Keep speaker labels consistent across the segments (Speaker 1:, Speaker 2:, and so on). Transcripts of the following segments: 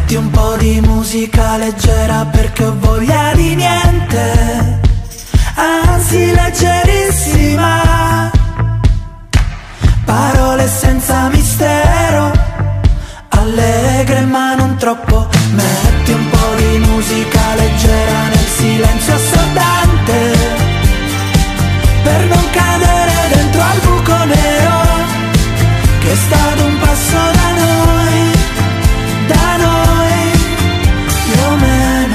Speaker 1: Metti un po' di musica leggera perché ho voglia di niente, anzi leggerissima. Parole senza mistero, allegre ma non troppo. Metti un po' di musica leggera nel silenzio assordante, per non cadere dentro al buco nero che sta ad un passo da noi, più o meno.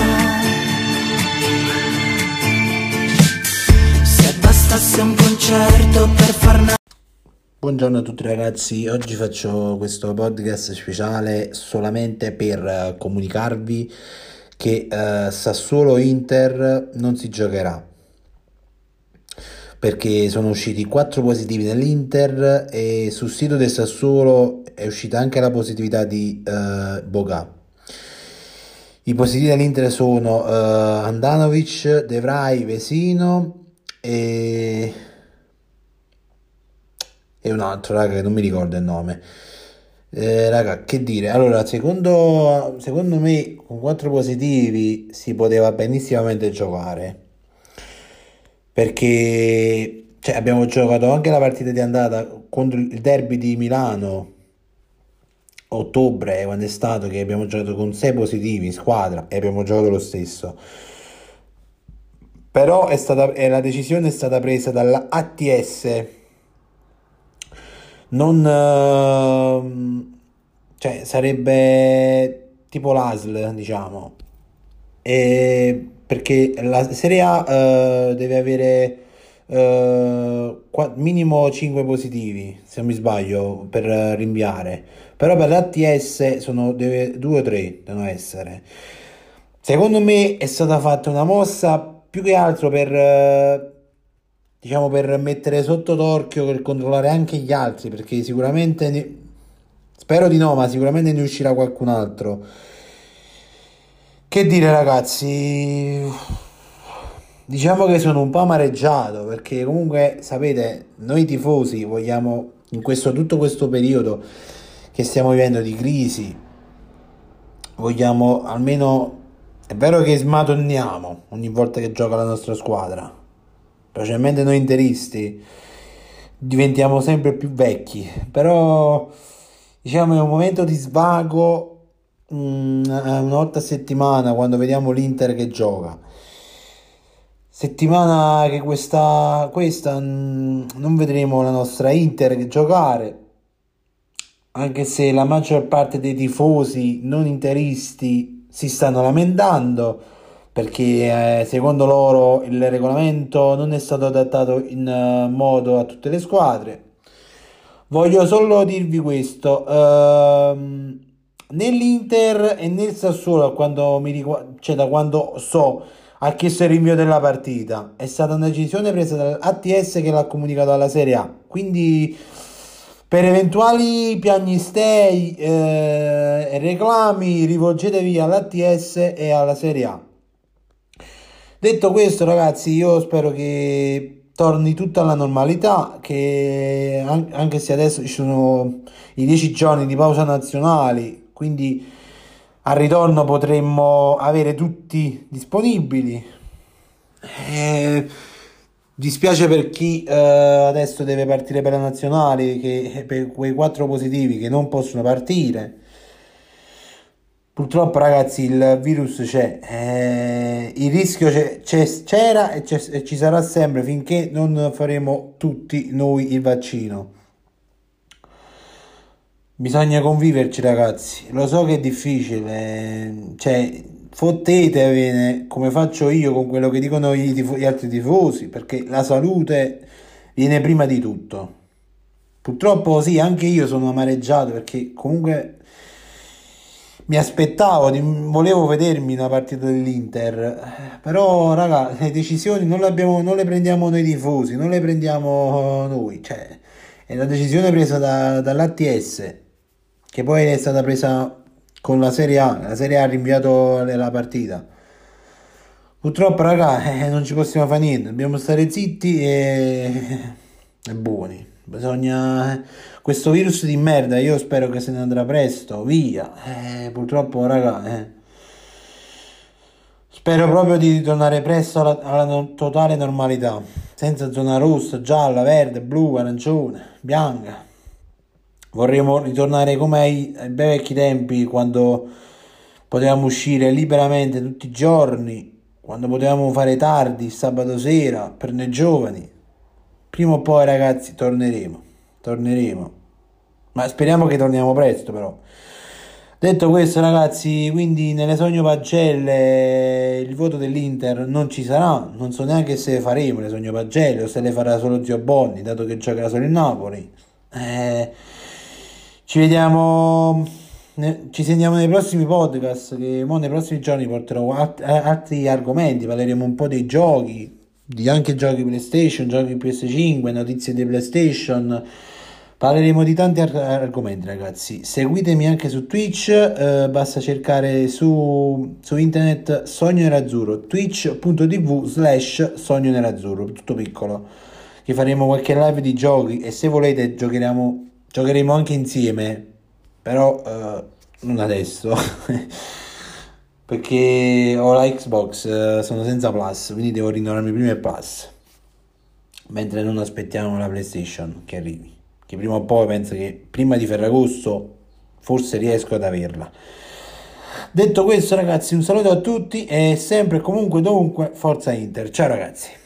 Speaker 1: Se bastasse un concerto per farne.
Speaker 2: Buongiorno a tutti ragazzi, oggi faccio questo podcast speciale solamente per comunicarvi che Sassuolo-Inter non si giocherà, perché sono usciti 4 positivi nell'Inter e sul sito del Sassuolo è uscita anche la positività di Boga. I positivi dell'Inter sono Handanovic, De Vrij, Vesino e un altro, raga, che non mi ricordo il nome. Raga, che dire, allora secondo me con 4 positivi si poteva benissimamente giocare, perché abbiamo giocato anche la partita di andata contro il derby di Milano a ottobre, quando è stato, che abbiamo giocato con 6 positivi in squadra e abbiamo giocato lo stesso. Però la decisione è stata presa dalla ATS, non sarebbe tipo l'ASL, diciamo, perché la Serie A deve avere minimo 5 positivi, se non mi sbaglio, per rinviare, però per l'ATS 2 o 3 devono essere. Secondo me è stata fatta una mossa più che altro per mettere sotto torchio, per controllare anche gli altri, perché sicuramente spero di no, ma sicuramente ne uscirà qualcun altro. Che dire ragazzi, diciamo che sono un po' amareggiato, perché comunque sapete, noi tifosi vogliamo, in tutto questo periodo che stiamo vivendo di crisi, vogliamo almeno, è vero che smadonniamo ogni volta che gioca la nostra squadra, specialmente noi interisti diventiamo sempre più vecchi, però diciamo è un momento di svago, una volta a settimana, quando vediamo l'Inter che gioca. Settimana che questa non vedremo la nostra Inter che giocare, anche se la maggior parte dei tifosi non interisti si stanno lamentando, perché secondo loro il regolamento non è stato adattato in modo a tutte le squadre. Voglio solo dirvi questo, nell'Inter e nel Sassuolo, da quando ha chiesto il rinvio della partita, è stata una decisione presa dall'ATS che l'ha comunicato alla Serie A, quindi per eventuali piagnistei e reclami rivolgetevi all'ATS e alla Serie A. Detto questo ragazzi, io spero che torni tutta alla normalità, che anche se adesso ci sono i 10 giorni di pausa nazionali, quindi al ritorno potremmo avere tutti disponibili. Dispiace per chi adesso deve partire per la nazionale, per quei 4 positivi che non possono partire. Purtroppo ragazzi il virus c'è, il rischio c'era e ci sarà sempre finché non faremo tutti noi il vaccino. Bisogna conviverci ragazzi, lo so che è difficile, fottetevene come faccio io con quello che dicono gli altri tifosi, perché la salute viene prima di tutto. Purtroppo sì, anche io sono amareggiato, perché comunque mi aspettavo, volevo vedermi una partita dell'Inter, però raga, le decisioni non le prendiamo noi tifosi, non le prendiamo noi, è una decisione presa dall'ATS, che poi è stata presa con la Serie A ha rinviato la partita. Purtroppo raga, non ci possiamo fare niente, dobbiamo stare zitti e buoni. Bisogna... Questo virus di merda, io spero che se ne andrà presto, via. Purtroppo, raga, spero proprio di ritornare presto totale normalità, senza zona rossa, gialla, verde, blu, arancione, bianca. Vorremmo ritornare come ai bei vecchi tempi, quando potevamo uscire liberamente tutti i giorni, quando potevamo fare tardi, sabato sera, per noi giovani. Prima o poi, ragazzi, torneremo. Ma speriamo che torniamo presto, però. Detto questo, ragazzi, quindi nelle sogno pagelle il voto dell'Inter non ci sarà. Non so neanche se faremo le sogno pagelle o se le farà solo zio Bonni, dato che giocherà solo il Napoli. Ci vediamo, ci sentiamo nei prossimi podcast, che mo nei prossimi giorni porterò altri argomenti. Parleremo un po' dei giochi, di anche giochi PlayStation, giochi PS5, notizie di PlayStation. Parleremo di tanti argomenti, ragazzi. Seguitemi anche su Twitch, basta cercare su internet Sogno Nerazzurro, twitch.tv/Sogno Nerazzurro, tutto piccolo, che faremo qualche live di giochi e se volete giocheremo anche insieme, però non adesso, perché ho la Xbox, sono senza Plus, quindi devo rinnovarmi prima il Plus, mentre non aspettiamo la PlayStation che arrivi, che prima o poi penso che prima di Ferragosto forse riesco ad averla. Detto questo, ragazzi, un saluto a tutti e sempre e comunque dovunque Forza Inter. Ciao ragazzi.